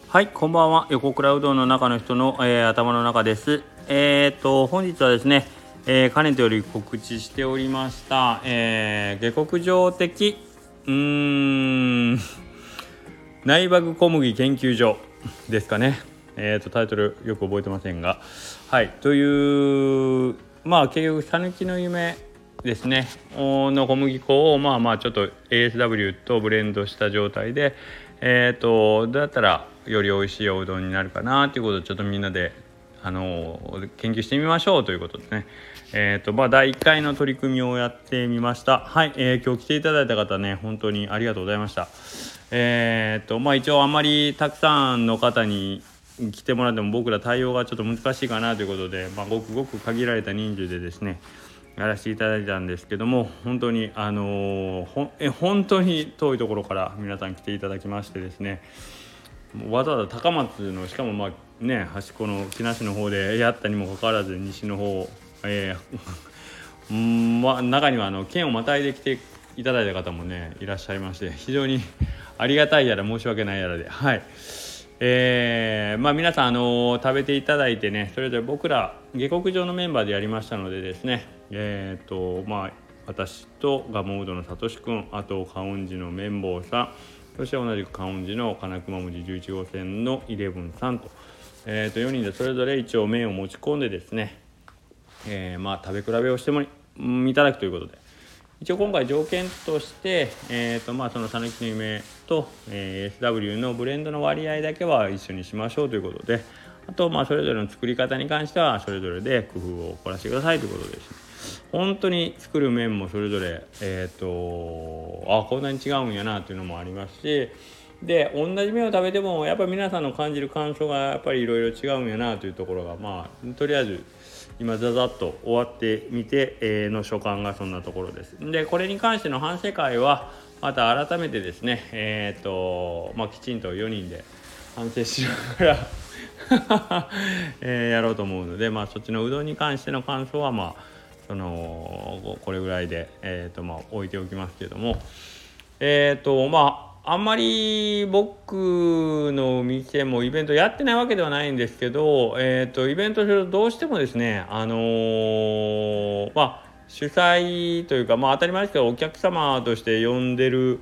はい、こんばんは。横倉うどんの中の人の、頭の中です。本日はですね、かねてより告知しておりました、下克上的内バグ小麦研究所ですかね。タイトルよく覚えてませんが、はい、という結局讃岐の夢ですねの小麦粉をちょっと ASW とブレンドした状態でどうやったらより美味しいおうどんになるかなということをちょっとみんなで研究してみましょうということですね。第1回の取り組みをやってみました。はい、今日来ていただいた方ね、本当にありがとうございました。一応あんまりたくさんの方に来てもらっても僕ら対応がちょっと難しいかなということで、ごくごく限られた人数でですねやらせていただいたんですけども、本当に本当に遠いところから皆さん来ていただきましてですね、わざわざ高松のしかも端っこの木梨の方でやったにもかかわらず西の方、中には県をまたいで来ていただいた方もねいらっしゃいまして、非常にありがたいやら申し訳ないやらで、はい、皆さん食べていただいてね、それぞれ僕ら下克上のメンバーでやりましたのでですね、私と蒲生うどのさとしくん、あと観音寺の綿棒さん、そして同じく観音寺の金熊文字11号線のイレブンさんと、4人でそれぞれ一応麺を持ち込んでですね、食べ比べをしてもいただくということで、一応今回条件として、その讃岐の夢と、SW のブレンドの割合だけは一緒にしましょうということで、あとそれぞれの作り方に関してはそれぞれで工夫を凝らしてくださいということですね。本当に作る麺もそれぞれこんなに違うんやなというのもありますし、で同じ麺を食べてもやっぱり皆さんの感じる感想がやっぱりいろいろ違うんやなというところがとりあえず今ざざっと終わってみて、の所感がそんなところです。でこれに関しての反省会はまた改めてですねきちんと4人で反省しながらやろうと思うので、そっちのうどんに関しての感想はこれぐらいで、置いておきますけれども、あんまり僕の店もイベントやってないわけではないんですけど、イベントするとどうしてもですね、主催というか、当たり前ですけどお客様として呼んでる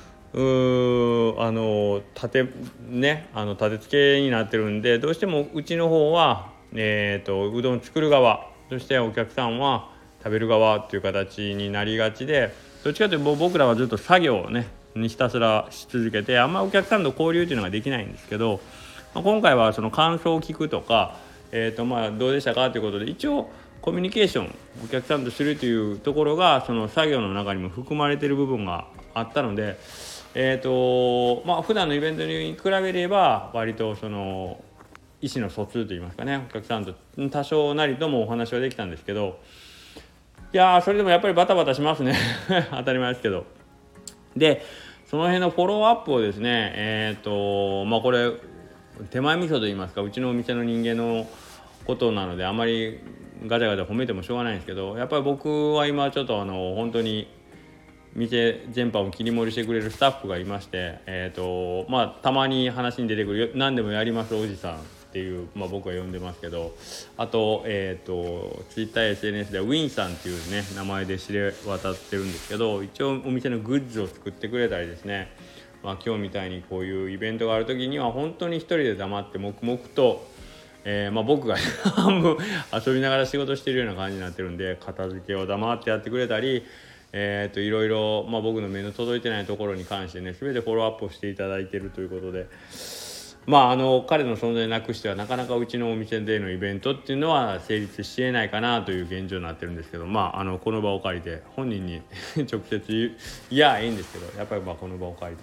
立て付けになってるんで、どうしてもうちの方は、うどん作る側、そしてお客さんは食べる側っていう形になりがちで、どっちかというと僕らはずっと作業をねにひたすらし続けて、あんまりお客さんと交流っていうのができないんですけど、今回はその感想を聞くとか、どうでしたかということで、一応コミュニケーションお客さんとするというところがその作業の中にも含まれている部分があったので、普段のイベントに比べれば割とその意思の疎通といいますかね、お客さんと多少なりともお話はできたんですけど、いやそれでもやっぱりバタバタしますね当たり前ですけど。でその辺のフォローアップをですね、これ手前味噌と言いますか、うちのお店の人間のことなのであまりガチャガチャ褒めてもしょうがないんですけど、やっぱり僕は今ちょっと本当に店全般を切り盛りしてくれるスタッフがいまして、たまに話に出てくる何でもやりますおじさんっていう、僕は呼んでますけど、あとTwitter SNS ではウィンさんっていうね名前で知れ渡ってるんですけど、一応お店のグッズを作ってくれたりですね、今日みたいにこういうイベントがある時には本当に一人で黙って黙々と僕が半分遊びながら仕事してるような感じになってるんで、片付けを黙ってやってくれたり、いろいろ、僕の目の届いてないところに関してね全てフォローアップをしていただいているということで、彼の存在なくしてはなかなかうちのお店でのイベントっていうのは成立し得ないかなという現状になってるんですけど、この場を借りて本人に直接言ういやいいんですけど、やっぱりこの場を借りて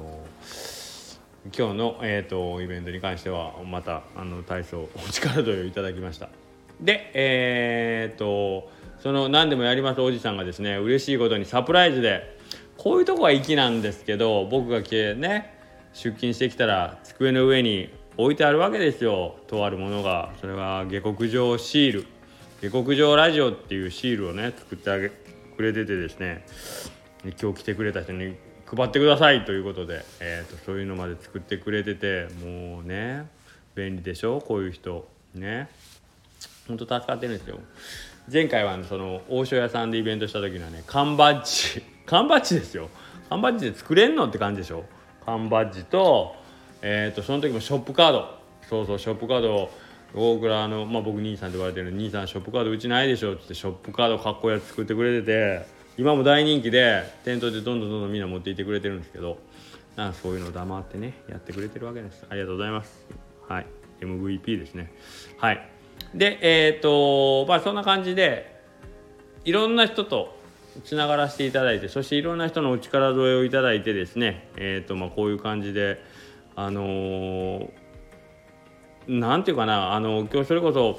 今日の、イベントに関してはまた大層お力添えをいただきました。でその何でもやりますおじさんがですね、嬉しいことにサプライズで、こういうとこは粋なんですけど、僕が出勤してきたら机の上に置いてあるわけですよ、とあるものが。それは下克上シール、下克上ラジオっていうシールをね作ってくれててですね、今日来てくれた人に配ってくださいということで、そういうのまで作ってくれてて、もうね便利でしょ、こういう人ね。本当助かってるんですよ。前回はその王将屋さんでイベントした時のね缶バッジですよ。缶バッジで作れんのって感じでしょ。缶バッジとその時もショップカード、そうショップカード、大倉の、僕兄さんと言われてる兄さんショップカードうちないでしょってショップカードかっこいいやつ作ってくれてて、今も大人気で店頭でどんどんみんな持っていってくれてるんですけど、そういうの黙ってねやってくれてるわけです。ありがとうございます。はい、 MVP ですね。はい。でそんな感じでいろんな人とつながらせていただいて、そしていろんな人のお力添えをいただいてですね、こういう感じでなんていうかな、今日それこそ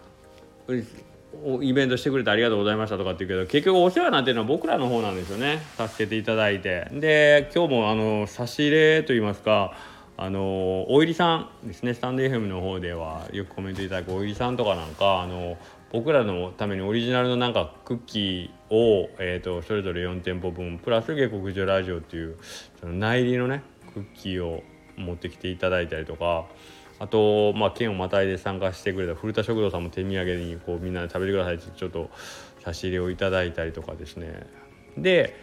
イベントしてくれてありがとうございましたとかって言うけど、結局お世話になってるのは僕らの方なんですよね。助けていただいて、で今日も差し入れといいますか、おいりさんですね、スタンド FM の方ではよくコメントいただくおいりさんとかなんか僕らのためにオリジナルのなんかクッキーを、それぞれ4店舗分プラス下克上ラジオっていうその内入りのねクッキーを持ってきていただいたりとか、あと県をまたいで参加してくれた古田食堂さんも手土産にこうみんなで食べてくださいってちょっと差し入れをいただいたりとかですね。で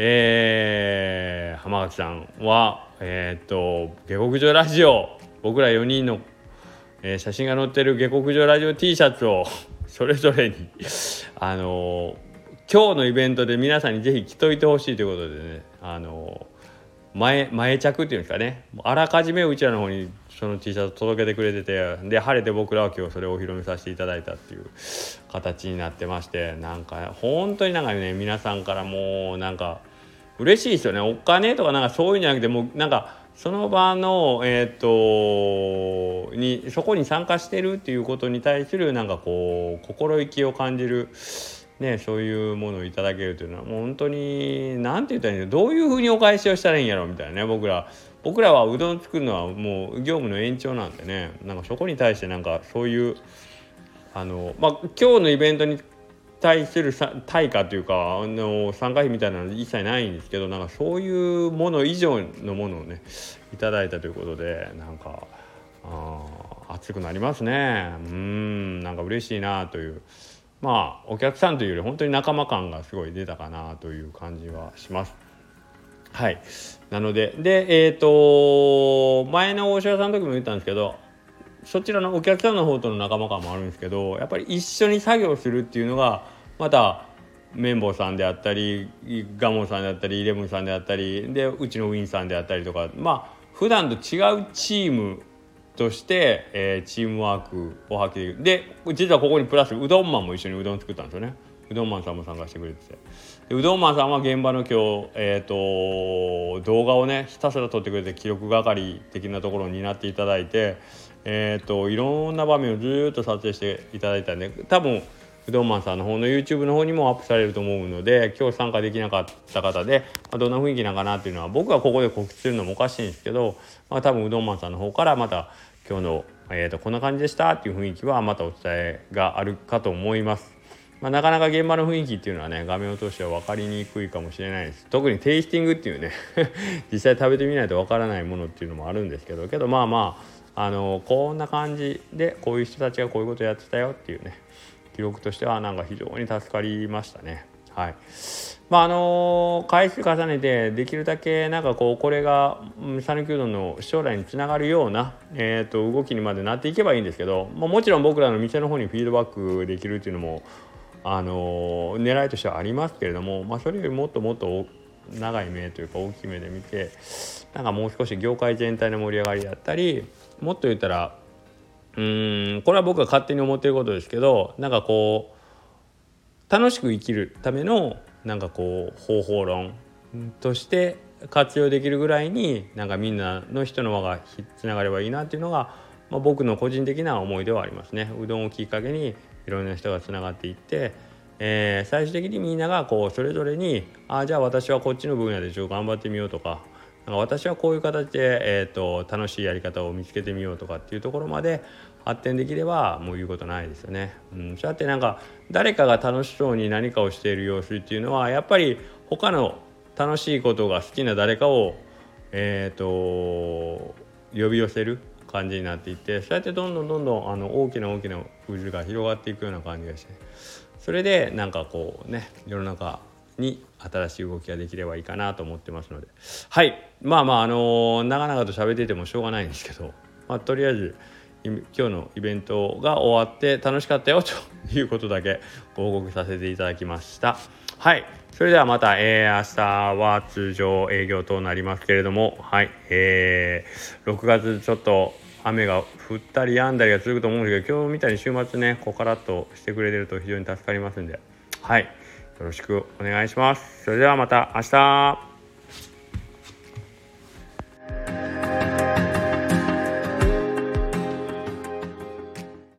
浜垣さんは下克上ラジオ、僕ら4人の、写真が載ってる下克上ラジオ T シャツをそれぞれに今日のイベントで皆さんにぜひ着といてほしいということでね、前着っていうんですかね、あらかじめうちらの方にその T シャツ届けてくれてて、で晴れて僕らは今日それをお披露目させていただいたっていう形になってまして、なんか本当になんかね皆さんからもうなんか嬉しいですよね。お金とかなんかそういうんじゃなくて、もうなんかその場のそこに参加してるっていうことに対するなんかこう心意気を感じるね、そういうものをいただけるというのはもう本当になんて言ったらいいの、どういうふうにお返しをしたらいいんやろみたいなね。僕らはうどん作るのはもう業務の延長なんでね、なんかそこに対してなんかそういう今日のイベントに対する対価というか参加費みたいなの一切ないんですけど、なんかそういうもの以上のものをねいただいたということで、なんか熱くなりますね。なんか嬉しいなという、お客さんというより本当に仲間感がすごい出たかなという感じはします。はい。なので前の大城さんの時も言ったんですけど、そちらのお客さんの方との仲間感もあるんですけど、やっぱり一緒に作業するっていうのがまた綿棒さんであったりガモンさんであったりイレブンさんであったりでうちのウィンさんであったりとか、普段と違うチームとして、チームワークを発揮できる。で実はここにプラスうどんマンも一緒にうどん作ったんですよね。うどんマンさんも参加してくれてて、でうどんマンさんは現場の今日、動画をねひたすら撮ってくれて記録係的なところを担っていただいて、いろんな場面をずっと撮影していただいたんで、多分うどんマンさんの方の YouTube の方にもアップされると思うので、今日参加できなかった方で、どんな雰囲気なのかなっていうのは僕はここで告知するのもおかしいんですけど、多分うどんマンさんの方からまた今日の、こんな感じでしたっていう雰囲気はまたお伝えがあるかと思います。なかなか現場の雰囲気っていうのはね画面を通しては分かりにくいかもしれないです。特にテイスティングっていうね実際食べてみないと分からないものっていうのもあるんですけど、こんな感じでこういう人たちがこういうことやってたよっていうね記録としてはなんか非常に助かりましたね。はい。回数重ねてできるだけなんかこれが讃岐うどんの将来につながるような、動きにまでなっていけばいいんですけど、もちろん僕らの店の方にフィードバックできるっていうのも狙いとしてはありますけれども、それよりもっともっと長い目というか大きい目で見て、なんかもう少し業界全体の盛り上がりだったり、もっと言ったらこれは僕が勝手に思っていることですけど、なんか楽しく生きるためのなんか方法論として活用できるぐらいになんかみんなの人の輪がつながればいいなっていうのが、僕の個人的な思いではありますね。うどんをきっかけにいろんな人がつながっていって、最終的にみんながそれぞれにじゃあ私はこっちの分野でちょっと頑張ってみようとか、私はこういう形で、楽しいやり方を見つけてみようとかっていうところまで発展できればもう言うことないですよね。そうやってなんか誰かが楽しそうに何かをしている様子っていうのはやっぱり他の楽しいことが好きな誰かを呼び寄せる感じになっていって、そうやってどんどん大きな渦が広がっていくような感じがして、それでなんかこうね、世の中に新しい動きができればいいかなと思ってますので、はい、長々と喋っててもしょうがないんですけど、とりあえず今日のイベントが終わって楽しかったよということだけご報告させていただきました。はい、それではまた、明日は通常営業となりますけれども、はい、6月ちょっと雨が降ったり止んだりが続くと思うんですけど、今日みたいに週末ねカラッとしてくれてると非常に助かりますんで、はい、よろしくお願いします。それではまた明日。